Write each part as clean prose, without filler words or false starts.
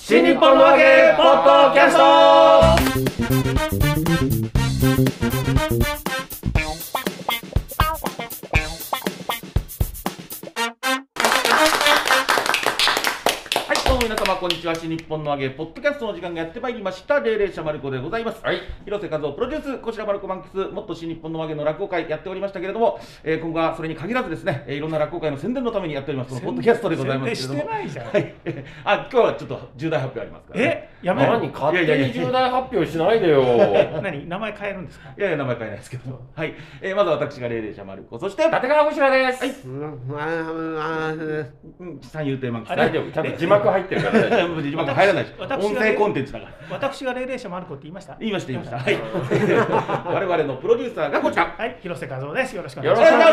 新日本の揚げポッドキャス皆様こんにちは。新日本の揚げポッドキャストの時間がやってまいりました。霊霊者マルコでございます。はい、広瀬和夫プロデュース、こちらマルコ満喫、もっと新日本の揚げの落語会やっておりましたけれども、今後はそれに限らずですね、いろんな落語会の宣伝のためにやっておりますこのポッドキャストでございますけれども、 宣伝してないじゃん。 はい、今日はちょっと重大発表ありますから、ね。 やめろ。 何勝手に重大発表しないでよ。 何名前変えるんですか。 いやいや名前変えないですけど、はい、まずは私が霊霊者マルコ、そして立川こちらです。 はい、三遊亭満喫、 大丈夫、ちゃんと字幕入ってるから大丈夫。 字幕入らないでしょ。音声コンテンツだから。 私が霊霊者マルコって言いました。 言いました。はい。我々のプロデューサーがこちら。 はい、広瀬和夫です。よろしくお願いします。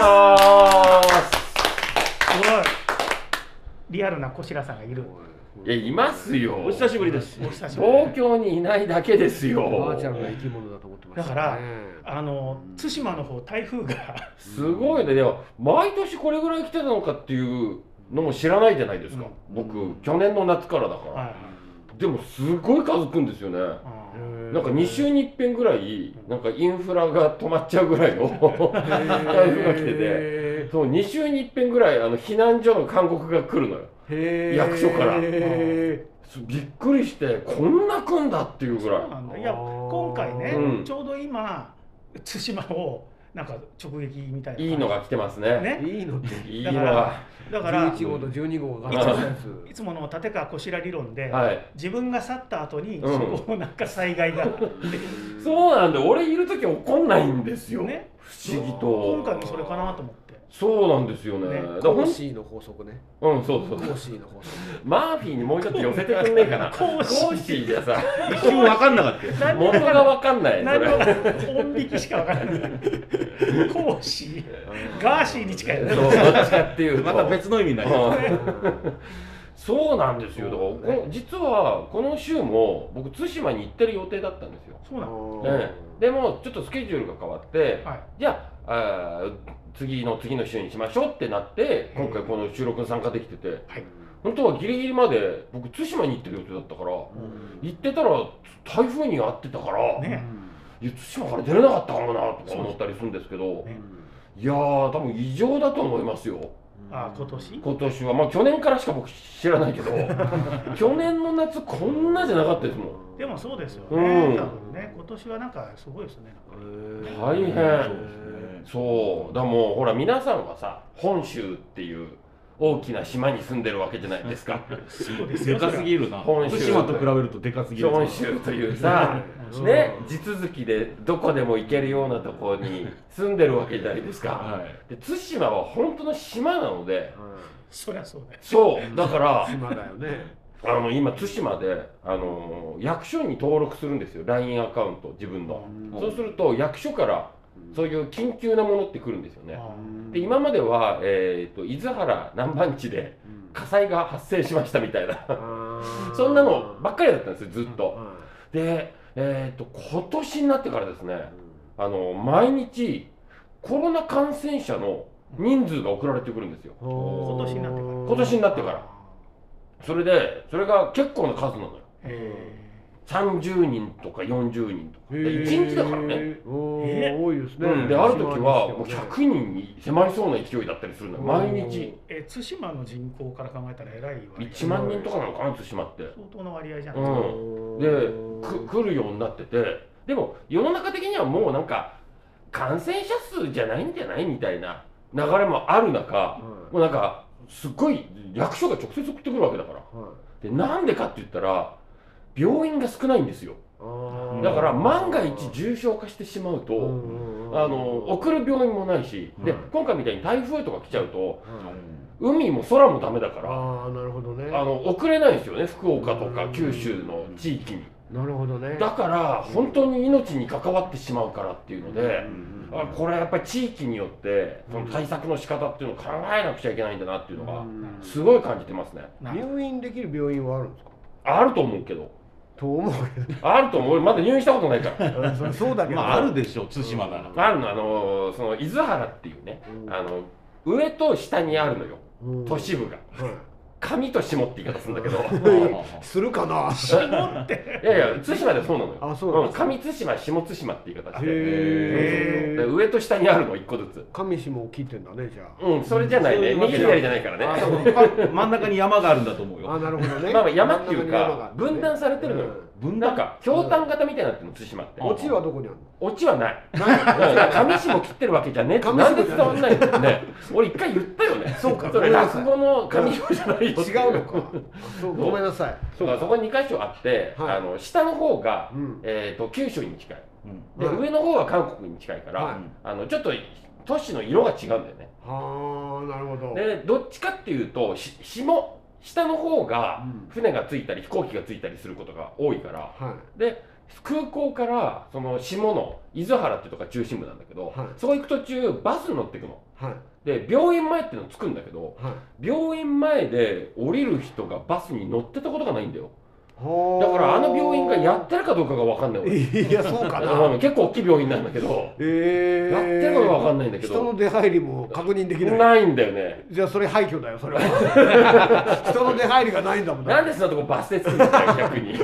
すごい。リアルな小白さんがいる。 いや、いますよ。 お久しぶりです。 東京にいないだけですよ。 バーチャルな生き物だと思ってました。 だから対馬の方台風がすごいね。でも毎年これぐらい来てたのかっていうのも知らないじゃないですか。僕去年の夏からだから。でもすごい数来んですよね。なんか2週に1遍ぐらいなんかインフラが止まっちゃうぐらいの台風が来てて、そう2週に1遍ぐらい避難所の勧告が来るのよ。役所から。びっくりしてこんな来んだっていうぐらい。 そうなんだ。いや今回ね、ちょうど今対馬をなんか直撃みたいな。 いいのが来てますね。 いいのっていいのが。 だから 11号と12号がいつもの立川こしら理論で、 はい、 自分が去った後になんか災害がそうなんで俺いる時起こんないんですよ、ね、不思議と。 今回もそれかなと思って。 そうなんですよね。 コーシーの法則ね。 そう。 コーシーの法則。 マーフィーにもうちょっと寄せてくんねえかな。コーシーじゃさ、 一瞬分かんなかったよ。 元が分かんない。 何の音引きしか分からない。コーシー、ガーシーに近い。 そう、どっちかっていうまた別の意味になります。 そうなんですよ。だから実はこの週も僕対馬に行ってる予定だったんですよ。 そうなの。 でもちょっとスケジュールが変わって、じゃあ次の週にしましょうってなって今回この収録に参加できてて、本当はギリギリまで僕対馬に行ってる予定だったから、行ってたら台風に遭ってたから、いや対馬から出れなかったかもなとか思ったりするんですけど、いやー多分異常だと思いますよ。 今年はまあ去年からしか僕知らないけど去年の夏こんなじゃなかったですもん。 でもそうですよね。多分ね、今年はなんかすごいですね。 大変。そうだ、もうほら皆さんはさ本州っていう大きな島に住んでるわけじゃないですか。 でかすぎるな。本州と比べるとでかすぎる。 本州というさね、地続きでどこでも行けるようなところに住んでるわけじゃないですか。で対馬は本当の島なので、 そりゃそうだよ。 そうだから島だよね。 今対馬で役所に登録するんですよ、 LINE アカウント自分の。そうすると役所からそういう緊急なものって来るんですよね。で今までは、伊豆原南蛮地で火災が発生しましたみたいなそんなのばっかりだったんですよずっと。で、今年になってからですね、毎日コロナ感染者の人数が送られてくるんですよ。 今年になってから。 今年になってから。それが結構な数なのよ。30人とか40人とか1日だからね。 多いですね。 である時はもう100人に迫りそうな勢いだったりするのよ毎日。 対馬の人口から考えたらえらいわ。 1万人とかなのかな、対馬って。 相当な割合じゃないですか。 で来るようになってて、でも世の中的にはもうなんか感染者数じゃないんじゃないみたいな流れもある中、もうなんかすっごい役所が直接送ってくるわけだから。でなんでかって言ったら病院が少ないんですよ。だから万が一重症化してしまうと送る病院もないし、で今回みたいに台風とか来ちゃうと海も空もダメだから、 なるほどね、 送れないんですよね、福岡とか九州の地域に。 なるほどね。 だから本当に命に関わってしまうからっていうので、これやっぱり地域によってその対策の仕方っていうのを考えなくちゃいけないんだなっていうのがすごい感じてますね。 入院できる病院はあるんですか？ あると思うけど。 と思うけど。 あると思う。まだ入院したことないから。 そうだけど。 まああるでしょう、対馬なら。 あるの、その伊豆原っていうね、上と下にあるのよ、都市部が。 上と下って言い方するんだけどするかな。 下って。 いやいや対馬でそうなのよ。 あ、そうなんですか。 上対馬下対馬って言い方して、 へで上と下にあるの1個ずつ。 上下を切ってんだね、じゃあ。 うん、それじゃないね。右左じゃないからね。 真ん中に山があるんだと思うよ。 あ、なるほどね。 まあ山っていうか分断されてるのよ。なんかひょうたん型みたいになってるの対馬って。 オチはどこにあるの？ オチはない。上下切ってるわけじゃねえってなんで伝わんないのね。俺一回言ったよね。 そうか。 それ落語の上下じゃないよ。 違うのか。ごめんなさい。 そうか、そこに2箇所あって、下の方が九州に近い。で上の方は韓国に近いから、ちょっと都市の色が違うんだよね。 はあ、なるほど。 でどっちかっていうと下の方が船が着いたり飛行機が着いたりすることが多いから、で空港からその下の伊豆原っていうとこが中心部なんだけど、そこ行く途中バスに乗っていくの。で病院前っていうの着くんだけど、病院前で降りる人がバスに乗ってたことがないんだよ。だからあの病院がやってるかどうかが分かんない。 いや、そうかな。 結構大きい病院なんだけど、やってるかどうか分かんないんだけど、 人の出入りも確認できない。 ないんだよね。 じゃあそれ廃墟だよ、それは。人の出入りがないんだもん。 なんでそんなとこバスで着くんですか、逆に。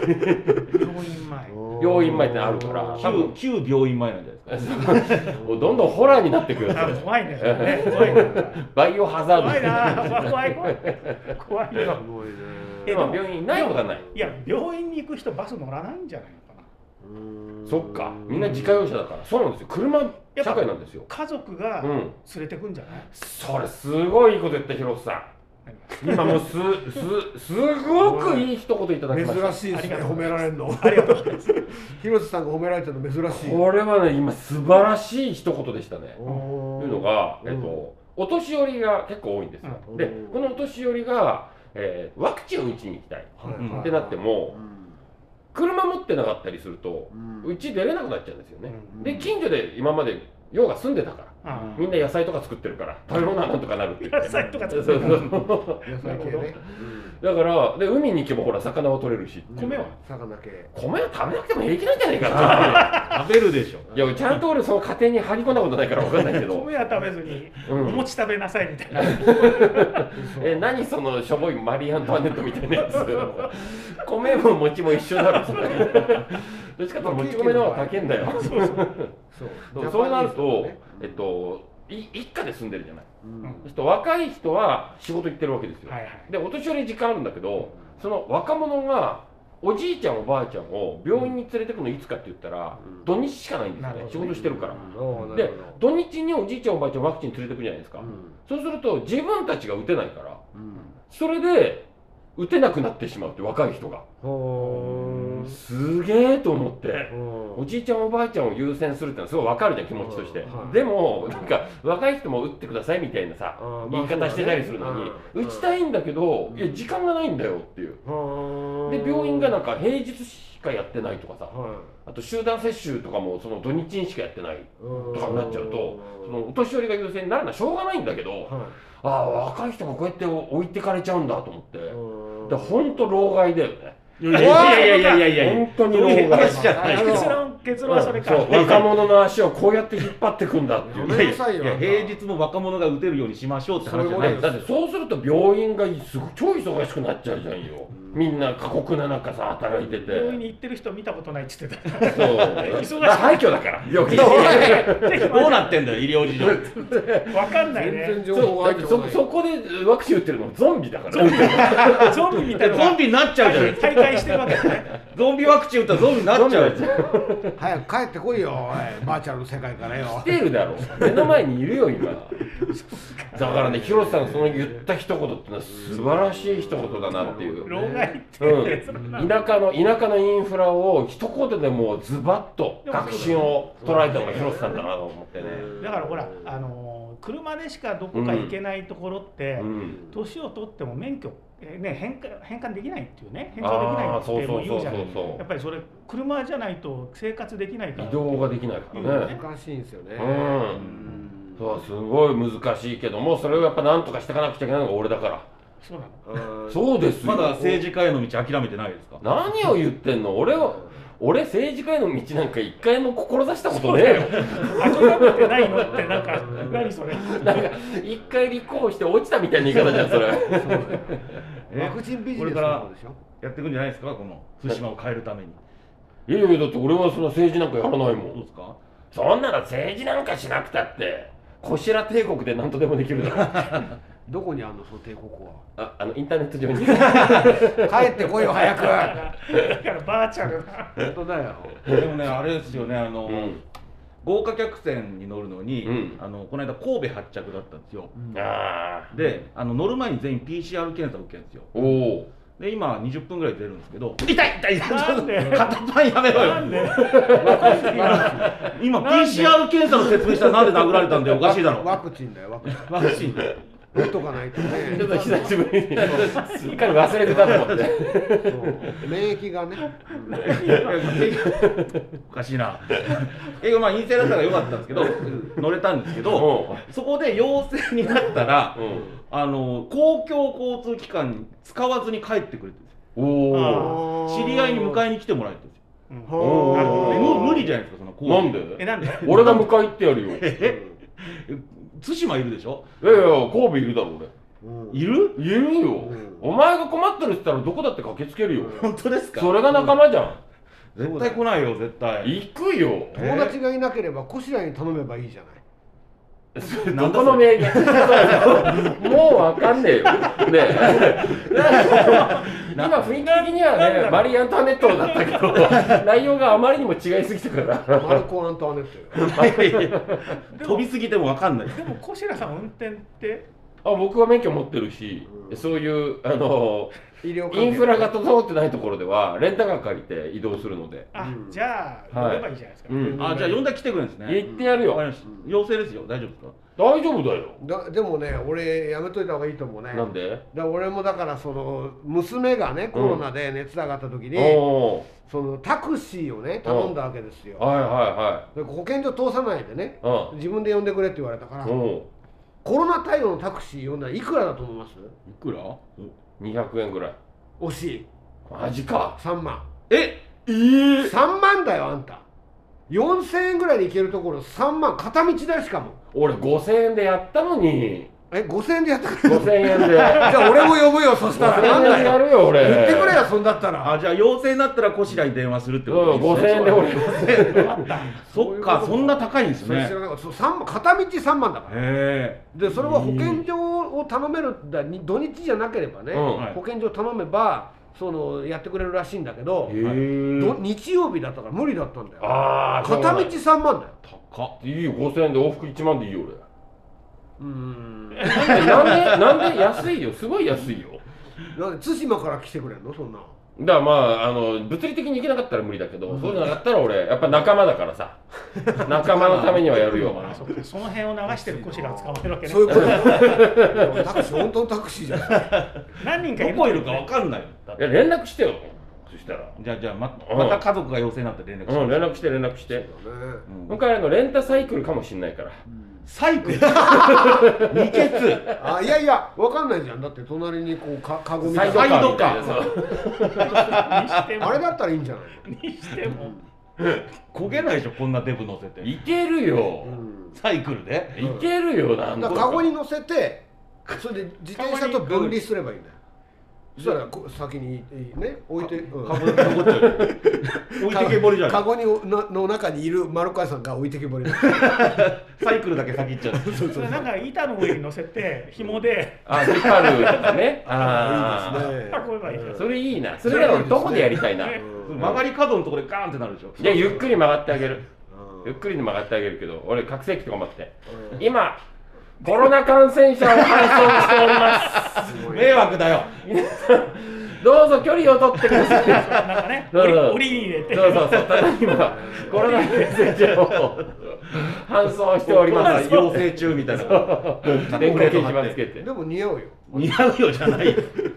病院前ってあるから、 旧病院前なんじゃないですか。 もうどんどんホラーになってくる。 怖いね。怖いな。 バイオハザード。 怖いな。怖い怖い。怖いよ。 病院ないことはない。 いや、病院に行く人バス乗らないんじゃないのかな。 そっか、みんな自家用車だから。そうなんですよ。車社会なんですよ。 家族が連れてくんじゃない？ それすごいいいこと言った、広瀬さん。今もうすごくいい一言いただきました。 珍しいですね、褒められるの。ありがとうございます。広瀬さんが褒められたの珍しい。 これはね、今素晴らしい一言でしたね。というのが、お年寄りが結構多いんですよ。で、このお年寄りがワクチンを打ちに行きたいってなっても、車持ってなかったりするとうち出れなくなっちゃうんですよね。で近所で今まで要が住んでたから、みんな野菜とか作ってるから食べ物はなんとかなるって言って。 野菜とか作ってる。 野菜系ね。 だからで海に行けばほら魚は取れるし、 米は魚系。 米は食べなくても平気なんじゃないかな。 食べるでしょ。 いやちゃんと俺その家庭に張り込んだことないから分かんないけど。 米は食べずにお餅食べなさいみたいな。 何そのしょぼいマリー・アントワネットみたいなやつ。米も餅も一緒だろそれ。どっちかというともち米の方が高いんだよ。そうなると一家で住んでるじゃない。そうすると若い人は仕事行ってるわけですよ。でお年寄り時間あるんだけど、その若者がおじいちゃんおばあちゃんを病院に連れてくのいつかって言ったら土日しかないんですよね。仕事してるから。で土日におじいちゃんおばあちゃんワクチン連れてくじゃないですか。そうすると自分たちが打てないから、それで打てなくなってしまうって若い人が。すげえと思って、おじいちゃんおばあちゃんを優先するってのはすごい分かるじゃん、気持ちとして。でもなんか若い人も打ってくださいみたいなさ言い方してたりするのに、打ちたいんだけどいや時間がないんだよっていう。で病院がなんか平日しかやってないとかさ、あと集団接種とかもその土日にしかやってないとかになっちゃうと、そのお年寄りが優先になるのはしょうがないんだけど、ああ若い人がこうやって置いてかれちゃうんだと思って、で本当老害だよね。 いや本当に老害じゃない。 結論はそれか。 若者の足をこうやって引っ張ってくんだっていう。 平日も若者が打てるようにしましょうって話じゃない。 だってそうすると病院がすごい超忙しくなっちゃうじゃんよ。みんな過酷な中さ働いてて。 病院に行ってる人見たことないって言ってた。 そう。廃墟だから。病気。 どうなってんだよ医療事情。 わかんないね。 そこでワクチン打ってるのゾンビだから。 ゾンビみたいな。 ゾンビになっちゃうじゃん。 大会してるわけね。 ゾンビワクチン打ったらゾンビになっちゃう。 早く帰ってこいよ、バーチャルの世界からよ。 来てるだろ。目の前にいるよ今。だからね、広瀬さんその言った一言ってのは素晴らしい一言だなっていう。 老害って。 田舎のインフラを一言でもうズバッと確信を捉えたのが広瀬さんだなと思ってね。 だからほら車でしかどこか行けないところって年を取っても免許返還できないっていうね、返上できないっても言うじゃない。やっぱりそれ車じゃないと生活できないから。 移動ができないからね。 難しいんですよね。 そうすごい難しいけども、それをやっぱ何とかしていかなくちゃいけないのが俺だから。 そうなの。 そうですよ。 まだ政治家への道諦めてないですか。 何を言ってんの。俺俺政治家への道なんか一回も志したことねえよ。 諦めてないのってなんか何それ。 なんか一回立候補して落ちたみたいな言い方じゃんそれ。 ワクチンビジネスこれからのことでしょ。 やっていくんじゃないですか、この対馬を変えるために。 いやいやだって俺はその政治なんかやらないも。 どうんですか。 そんなの政治なんかしなくたってこしら帝国で何とでもできるだろう。 どこにあんのその帝国は。 インターネット上に。 帰ってこいよ早く。 だからバーチャルな。 本当だよ。 でもね、あれですよね、豪華客船に乗るのに、この間神戸発着だったんですよ。で、乗る前に全員 PCR 検査を受けるんですよ。 おお。 で、今20分ぐらい出るんですけど、痛いなんで片パンやめろよ。 なんで今 PCR 検査の説明したらなんで殴られたんだよ、おかしいだろ。 ワクチンだよワクチン。 ワクチン。 打っとかないとね。 ちょっと久しぶりにいかに忘れてたと思って。 免疫がね。 おかしいな。まあ陰性だったからよかったんですけど、乗れたんですけど、そこで陽性になったら、公共交通機関に使わずに帰ってくれてるんですよ。 お知り合いに迎えに来てもらえてるんですよ。 お無理じゃないですか、そのなんで？ なんで？ 俺が迎え行ってやるよ。 対馬いるでしょ。 いやいや神戸いるだろ俺。 いるよ。お前が困ってるって言ったらどこだって駆けつけるよ。 本当ですか。 それが仲間じゃん。 絶対来ないよ、絶対。 行くよ。 友達がいなければこしらに頼めばいいじゃない。 どこの名言。もうわかんねえよ。ね今雰囲気的にはねマリー・アントワネットだったけど内容があまりにも違いすぎたからマルコ・アントワネットよ。 飛びすぎてもわかんない。 でも小白さん運転って僕は免許持ってるし、そういう医療関係インフラが整ってないところではレンタカー借りて移動するので。 じゃあ乗ればいいじゃないですか。 じゃあ呼んだら来てくれるんですね。 行ってやるよ。 陽性ですよ、大丈夫ですか。 大丈夫だよ。 でもね俺やめといた方がいいと思うね。 なんで？ 俺もだからその娘がねコロナで熱上がった時に、そのタクシーをね頼んだわけですよ。で保健所通さないでね、自分で呼んでくれって言われたから、コロナ対応のタクシー呼んだらいくらだと思います？いくら ？200円ぐらい。 惜しい。 マジか。 3万。 3 万だよあんた。4000円ぐらいで行けるところ3万片道だよ。しかも俺5000円でやったのに。 5000円でやったから。 5000円で。 じゃあ俺も呼ぶよ。そしたら 5000円でやるよ俺。 言ってくれよそんだったら。 じゃあ陽性になったらこしらに電話するってこと 5000円で俺。 そっか、そんな高いんですね。 片道3万だから。 でそれは保健所を頼める土日じゃなければね、保健所頼めばやってくれるらしいんだけど、日曜日だったから無理だったんだよ。片道3万だよ。 高っ。いいよ、5000円で往復1万でいいよ俺。なんで安いよ、すごい安いよ。 なんで対馬から来てくれるのそんな。 だから物理的に行けなかったら無理だけど、そうじゃなかったら俺やっぱ仲間だからさ、仲間のためにはやるよ。 その辺を流してるコシが捕まえるわけね。 そういうことタクシー、本当のタクシーじゃない。 何人かどこいるかわかんないよ。 いや連絡してよ。そしたらじゃあまた家族が陽性になって連絡して。 連絡して。今回レンタサイクルかもしんないから。 サイクル二欠。 いやいやわかんないじゃん。だって隣にこうカゴみたいなサイドカーあれだったらいいんじゃないにしても焦げないでしょ、こんなデブ乗せて。 いけるよ、 サイクルでいけるよ。なんだカゴに乗せて、それで自転車と分離すればいいんだよ。そしたら先にね置いて、 カゴに残っちゃう。置いてけぼりじゃん。 カゴの中にいる丸川さんが置いてけぼり。 サイクルだけ先行っちゃう。 なんか板の上に乗せて紐で引っ張るとかね。 いいですね。 運べばいいじゃん。 それいいな。それなら俺どこでやりたいな。 曲がり角のところでガーンってなるでしょ。 いやゆっくり曲がってあげる。ゆっくりに曲がってあげるけど、俺拡声器とか待って。今コロナ感染者を搬送しております。 迷惑だよ。 どうぞ距離を取ってください。 なんかね、檻に入れて。 ただ今コロナ感染者を搬送しております。 陽性中みたいな。 電光掲示板つけて。 でも似合うよ。 似合うよじゃないよ。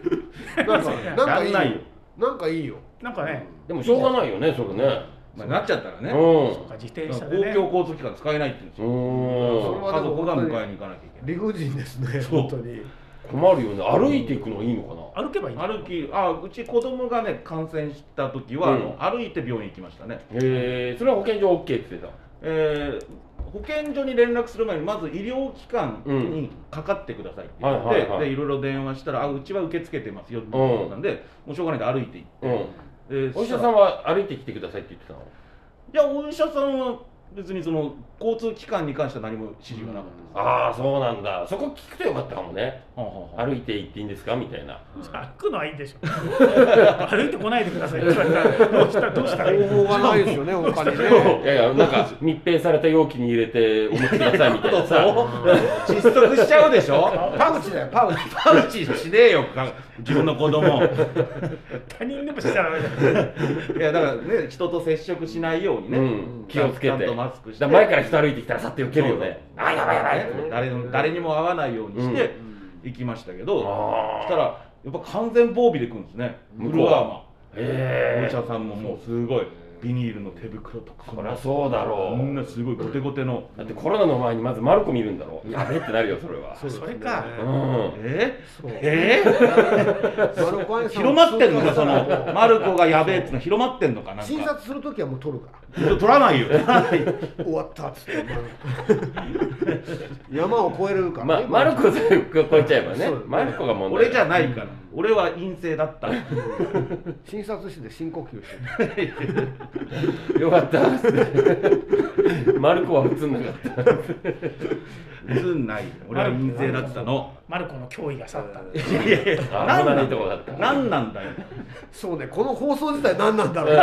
なんかいいよ。 なんかね。 でもしょうがないよね、それね。 なっちゃったらね。 自転車でね。 公共交通機関使えないって言うんですよ。家族が迎えに行かなきゃいけない。 理不尽ですね。本当に。 困るよね。歩いていくのいいのかな。 歩けばいい。 うち子供がね感染した時は、歩いて病院行きましたね。 それは保健所 OK って言ってた。 保健所に連絡する前にまず医療機関にかかってくださいって言って、でいろいろ電話したらうちは受け付けてますよって言ったんで、もうしょうがないんで歩いて行って、 お医者さんは歩いてきてくださいって言ってたの？ いや、お医者さんは別にその交通機関に関しては何も指示がなかったです。 ああ、そうなんだ。そこ聞くとよかったかもね。歩いて行っていいんですかみたいな。 歩くのはいいでしょ。歩いてこないでくださいって言われたらどうしたらいい？ 方法がないですよね、他にね。 いやいや、なんか密閉された容器に入れてお持ちくださいみたいなさ。 窒息しちゃうでしょ。 パウチだよ、パウチ。 パウチしねえよ、自分の子供。 他人でもしたらダメだ。 いやだからね、人と接触しないようにね、 気をつけて。 マスクして。 前から人歩いてきたらさって避けるよね。あ、やばいやばい。 誰にも会わないようにして行きましたけど、そしたらやっぱ完全防備で行くんですね。フルアーマー。お医者さんももうすごいビニールの手袋とか。 そりゃそうだろう。 みんなすごいゴテゴテの。 だってコロナの前にまずマルコ見るんだろう。やべってなるよそれは。 それか。 広まってんのか、そのマルコがやべえっての広まってんのかな。 診察するときはもう取るから。 取らないよ。 終わったっつって山を越えるからね。 マルコさん超えちゃえばね。マルコが問題。 俺じゃないから。俺は陰性だった。 診察室で深呼吸して。 よかった。マルコは映んなかった。 映んない。俺は陰性だったの。 マルコの脅威が去った。 いやいや、何なんだよ。 そうね、この放送自体何なんだろう。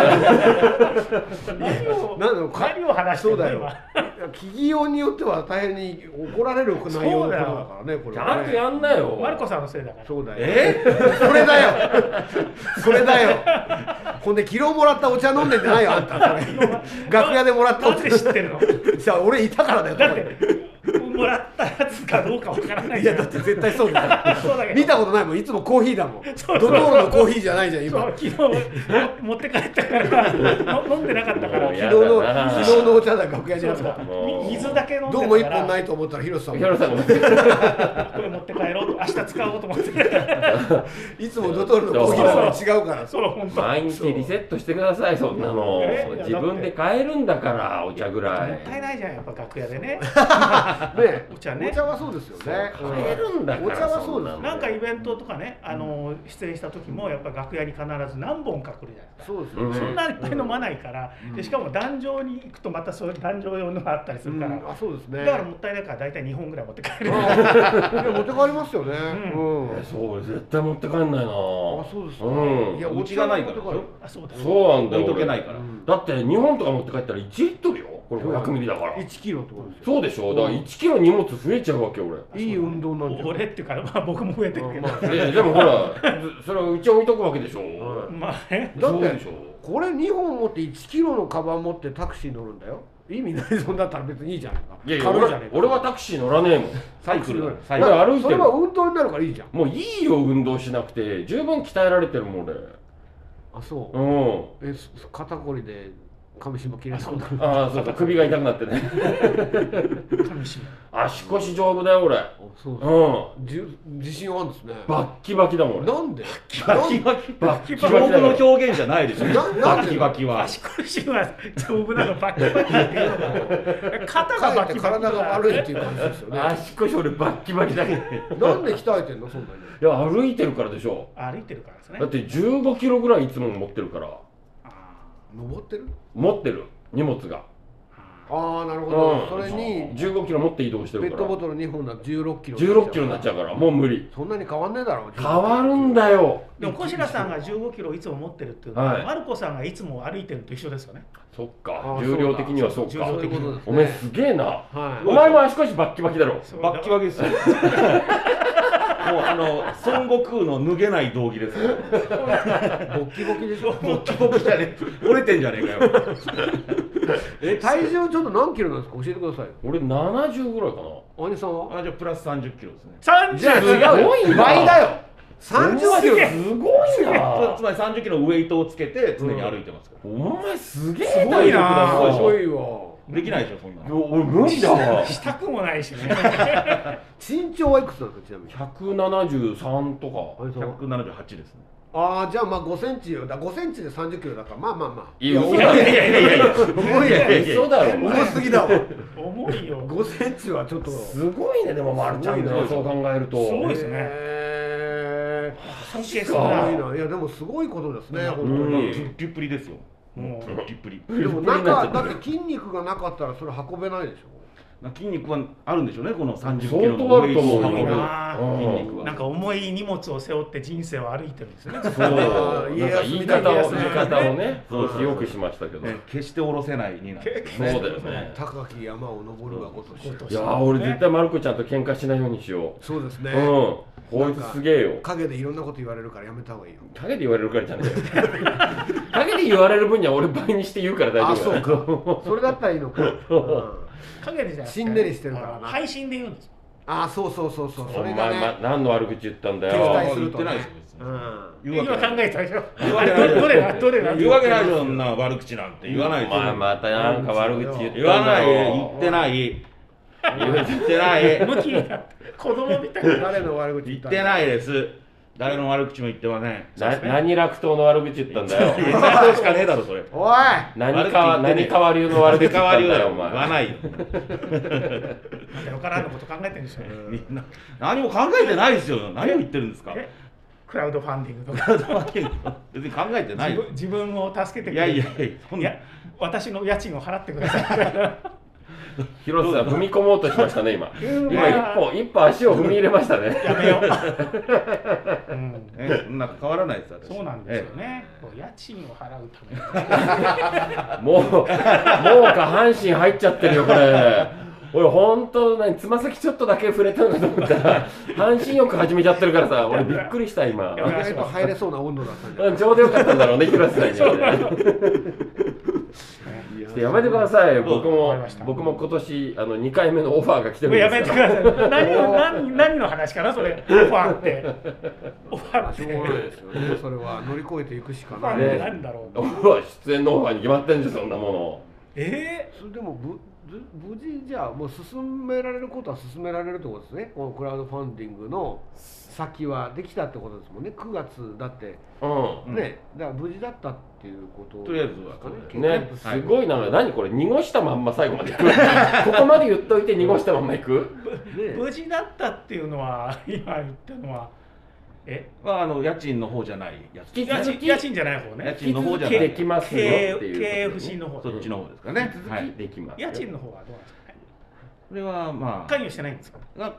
何を話してるの今。 企業によっては大変に怒られる内容のことだからね、これ。 ちゃんとやんなよ。 マルコさんのせいだから。 そうだよ。それだよ。それだよ。ほんで昨日もらったお茶飲んでんじゃないよ、あんた。楽屋でもらったお茶。 なんで知ってるの？ じゃあ俺いたからだよ。 だってもらったやつかどうかわからない。 いやだって絶対そうだよ。見たことないもん。いつもコーヒーだもん。ドトールのコーヒーじゃないじゃん今。 昨日持って帰ったから飲んでなかったから。 昨日のお茶だ楽屋にあった。 水だけ飲んでたから。 どうも一本ないと思ったらヒロさん。 これ持って帰ろうと明日使おうと思って。 いつもドトールのコーヒーなのに違うから。 毎日リセットしてくださいそんなの。自分で買えるんだからお茶ぐらい。 もったいないじゃんやっぱ楽屋でね。 お茶はそうですよね。 買えるんだから。 お茶はそうなんなんかイベントとかね、出演した時もやっぱ楽屋に必ず何本か来るじゃないですか。 そうですよね。 そんないっぱい飲まないから、でしかも壇上に行くとまたそういう壇上用のがあったりするから。 あ、そうですね。 だからもったいないから大体2本ぐらい持って帰る。 持って帰りますよね。 そう絶対持って帰んないな。あ、 そうです。 いや、うちがないから。 あ、そうだ。 そうなんだよ。 置いとけないから。 だって2本とか持って帰ったら1リットルよ。これ500ミリだから。 1キロってことですよ。 そうでしょ。だから1キロ荷物増えちゃうわけ俺。 いい運動なんで。 俺っていうか、まあ僕も増えてるけど。 でもほら、それをうち置いとくわけでしょ。 まあね。 だってこれ2本持って1キロのカバン持ってタクシー乗るんだよ。意味ないそんだったら別にいいじゃないか。 いやいや、俺はタクシー乗らねえもん。 サイクルだ。 俺歩いてる。 それは運動になるからいいじゃん。 もういいよ運動しなくて十分鍛えられてるもん俺。 あ、そう。肩こりで上下切れそうだ。 ああ、そうか、首が痛くなってね。足腰丈夫だよ俺。 自信あるんですね。 バッキバキだもん俺。 なんで？ バキバキバキ丈夫の表現じゃないでしょ。バキバキは。 足腰は丈夫なのバキバキっていうのが。肩がバキバキ。 体が悪いっていう感じですよね。 足腰俺バッキバキだけ。 なんで鍛えてんのそんなに？ いや歩いてるからでしょ。 歩いてるからですね。 だって15キロぐらいいつも持ってるから。 登ってる？ 持ってる荷物が。 ああ、なるほど。それに 15キロ持って移動してるから。 ペットボトル2本だと16キロ。 16キロになっちゃうからもう無理。 そんなに変わんねえだろ。 変わるんだよ。 でも小白さんが15キロいつも持ってるっていうのは、マルコさんがいつも歩いてると一緒ですよね。 そっか、重量的にはそうか。 お前すげえな。お前も足腰バッキバキだろ。 バッキバキですよ。もう孫悟空の脱げない道着ですよ。 ボッキボキでしょ。 ボッキボキじゃねえ。折れてんじゃねえかよ。 体重ちょっと何キロなんですか？教えてください。 俺70ぐらいかな。 兄さんは？ じゃあプラス30キロですね。 じゃあすごい倍だよ。30キロすごいな。 つまり30キロウエイトをつけて常に歩いてますから。 お前すげえすごいな。 すごいわ。 できないでしょそんな俺無理だわ。 したくもないしね。 身長はいくつなんですか、ちなみに。 173とか。 178ですね。 ああ、じゃあまあ5センチよ。5センチで30キロだから、まあまあまあ。 いや、嘘だろ。 重いね。 嘘だろ。 重すぎだわ。 重いよ。 5センチはちょっと。 すごいね、でもまるちゃんね、そう考えると。 すごいですね。 尊敬するな。いやでもすごいことですね、本当に。 プリプリですよ。もうプリプリ。 でも中だって筋肉がなかったらそれ運べないでしょ。 筋肉はあるんでしょうね、この30キ相ロの当あると思うよ。 筋肉は。 なんか重い荷物を背負って人生を歩いてるんですね。 そう、なんか言い方をね、そうよくしましたけど。 決して下ろせないになる。 そうだよね。 高き山を登るがごとし。 いや、俺絶対まる子ちゃんと喧嘩しないようにしよう。 そうですね。 こいつすげえよ。 陰でいろんなこと言われるからやめた方がいいよ。 陰で言われるからじゃねえよ。陰で言われる分には俺倍にして言うから大丈夫。 あ、そうか。それだったらいいのか。 陰でじゃなくてしんねりしてるからな。 配信で言うんです。 あ、そうそうそうそう。それおがね。 前何の悪口言ったんだ敵よ。 対するとね。 今考えたでしょ。 言うわけないどれだどれだ。 言うわけないじゃん、そんな悪口なんて言わないで。 またなんか悪口言って言わない、言ってない。言ってない。 向きになって子供みたいな。 誰の悪口言ってないです。誰の悪口も言ってません。 何楽党の悪口言ったんだよ。 楽党しかねえだろそれ。 おい。 何川流の悪口言ったんだよお前。 言わないよ。 よからんのこと考えてるんですよ。 みんな何も考えてないですよ。何を言ってるんですか。 クラウドファンディングとか。 クラウドファンディング別に考えてない。 自分を助けてくれる。いや私の家賃を払ってください。 広瀬さん踏み込もうとしましたね今一歩足を踏み入れましたね。 やめよう。 そんな変わらないです。 そうなんですよね。家賃を払うためにもう下半身入っちゃってるよこれ。俺本当つま先ちょっとだけ触れたのかと思ったら半身浴始めちゃってるからさ、俺びっくりした今。 入れそうな温度だったんじゃない。 ちょうどよかったんだろうね広瀬さんに。やめてください。僕も今年2回目のオファーが来てるんですやめてください。何の話かなそれ。オファーって。オファーって。 しょうがないですよね。それは乗り越えていくしかない。 何だろう。 出演のオファーに決まってるんですよそんなもの。 それでも無事じゃあもう進められることは進められるってことですね。このクラウドファンディングの先はできたってことですもんね。9月だってね、だから無事だったっていうこととりあえずはね。すごいな。何これ濁したまんま最後までいく。ここまで言っといて濁したまんまいく。 無事だったっていうのは今言ったのは家賃の方じゃないやつ。 家賃じゃない方ね。 家賃の方じゃない。 できますよっていう。 経営不振の方。 そっちの方ですかね。 はい。できます。 家賃の方はどうなんですかね。 これはまあ関与してないんですか。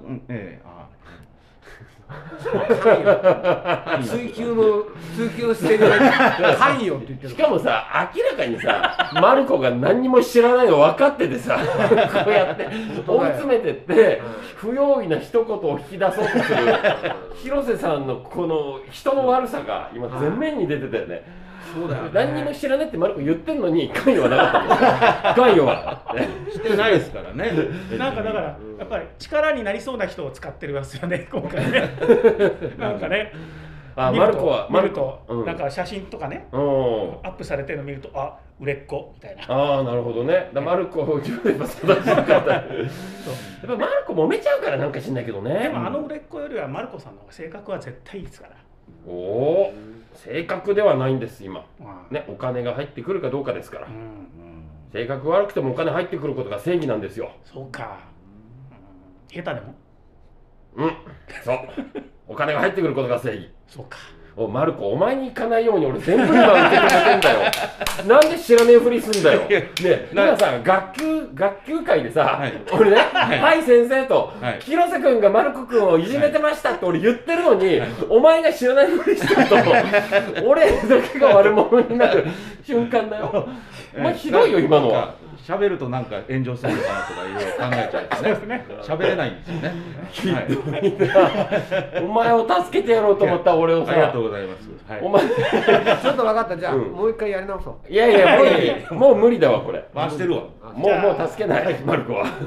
追求の視点が関与って言ってる。 しかもさ明らかにさマルコが何にも知らないの分かっててさこうやって追い詰めてって不用意な一言を引き出そうとする広瀬さんのこの人の悪さが今前面に出てたよね。 そうだよね。 何にも知らないってマルコ言ってんのに関与はなかったんですよ。関与はしてないですからね。 なんかだからやっぱり力になりそうな人を使ってるんですよね今回ね。なんかね。 マルコは見るとなんか写真とかねアップされてるの見ると売れっ子みたいな。 なるほどね。マルコを自分で育てる方。やっぱマルコ揉めちゃうからなんか知んないけどね。 でも売れっ子よりはマルコさんの方が性格は絶対いいですから。 性格ではないんです今ね。お金が入ってくるかどうかですから。性格悪くてもお金入ってくることが正義なんですよ。 そうか。下手でもそうお金が入ってくることが正義。 そうか。 マルコお前に行かないように俺全部今受け止めてんだよ。なんで知らねえふりすんだよ。ね今さ学級会でさ俺ねはい先生と広瀬君がマルコ君をいじめてましたって俺言ってるのにお前が知らないふりしてると俺だけが悪者になる瞬間だよ。お前ひどいよ今のは。 喋るとなんか炎上するのかなとかいろいろ考えちゃうね。喋れないんですよね。 ひどいな。お前を助けてやろうと思った俺をさ。 ありがとうございます。 お前ちょっと分かった。じゃあもう一回やり直そう。 いやもう無理だわこれ。 回してるわ。 もう助けないマルコは。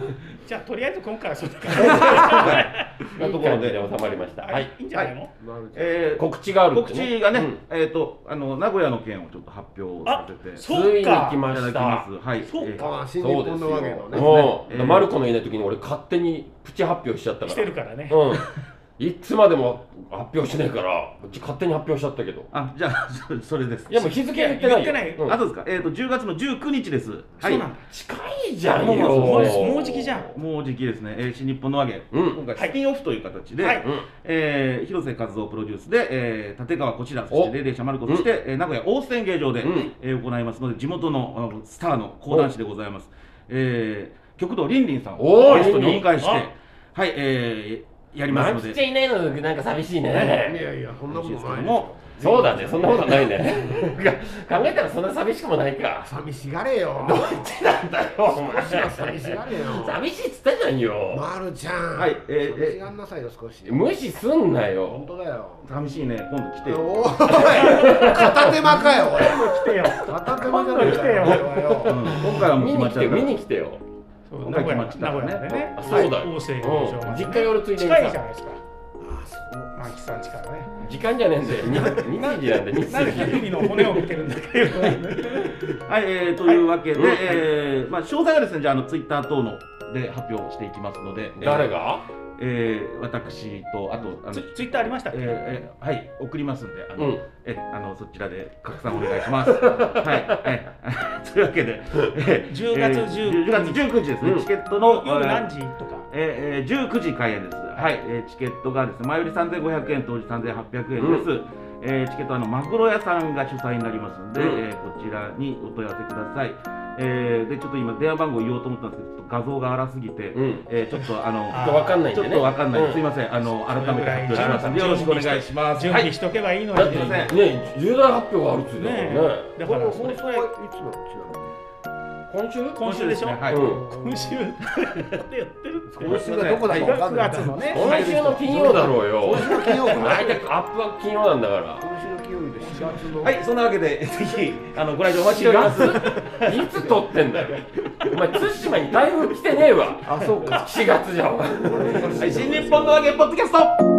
じゃあとりあえず今回はそんな感じなところで収まりました。 はい、いいんじゃないの？ 告知がある。 告知がね、名古屋の件をちょっと発表させて、 ついに来ました。 はい、 そうか、新日本のわけのね。マルコのいない時に俺勝手にプチ発表しちゃったから。 してるからね。 いつまでも発表しないから、うち勝手に発表しちゃったけど。 じゃあそれです。 いやもう日付言ってない。 あ、そうですか。10月の19日です。 はい。 近いじゃんよ。 もうじきじゃん。 もうじきですね。新日本の和芸。今回スピンオフという形で、広瀬和夫プロデュースで立川こちら、そしてレイレイシャマルコ、そして名古屋大須演芸場で行いますので、地元のスターの講談師でございます。極道りんりんさんをゲストにお迎えして、はい、やりますので。 満吉いないのなんか寂しいね。 いやいや、そんなことない。 そうだね、そんなことないね。考えたらそんな寂しくもないか。 寂しがれよ。 どっちなんだよ、お前。 寂しがれよ。 寂しいっつったじゃんよ。 まるちゃん。 はい、 寂しがんなさいよ、少し。 無視すんなよ。 本当だよ。 寂しいね、今度来てよ。 おい、片手間かよ。 来てよ。 片手間じゃない来てよ。 今回はもう決まっちゃう。 見に来てよ。 今回決まっちゃったね。 そうだよ。実家夜ついでに近いじゃないですか。満吉さん力ね。 時間じゃねえんだよ。2時なんで、 なんで首の骨を見てるんだけど。 はい、というわけで、詳細はですね、じゃあツイッター等ので発表していきますので。 誰が？ 私とあとツイッターありましたっけ？ はい、送りますんで、そちらで拡散お願いします。はい、というわけで、 10月 19日ですね。チケットの夜何時とか ？19時開演です。はい、チケットがですね、前売り3500円、当時3800円です。チケットはマグロ屋さんが主催になりますので、こちらにお問い合わせください。でちょっと今電話番号言おうと思ったんですけど、画像が荒すぎて、ちょっとわかんないんでね。 ちょっとわかんない。すいません。改めて発表しますのでよろしくお願いします。 準備しとけばいいのに。 ね、重大発表があるっつってね。 だから放送はいつなの？ 今週でしょ。 はい。 今週でやってる。 今週がどこだか分かんない。 9月のね。 今週の金曜だろうよ。 今週の金曜かな。 アップは金曜なんだから。 今週の金曜日で4月の。 はい、そんなわけでぜひご来場お待ちしております。 いつ撮ってんだよ。お前対馬に台風来てねえわ。 あ、そうか。 4月じゃん。 はい、新日本の和芸ポッドキャスト。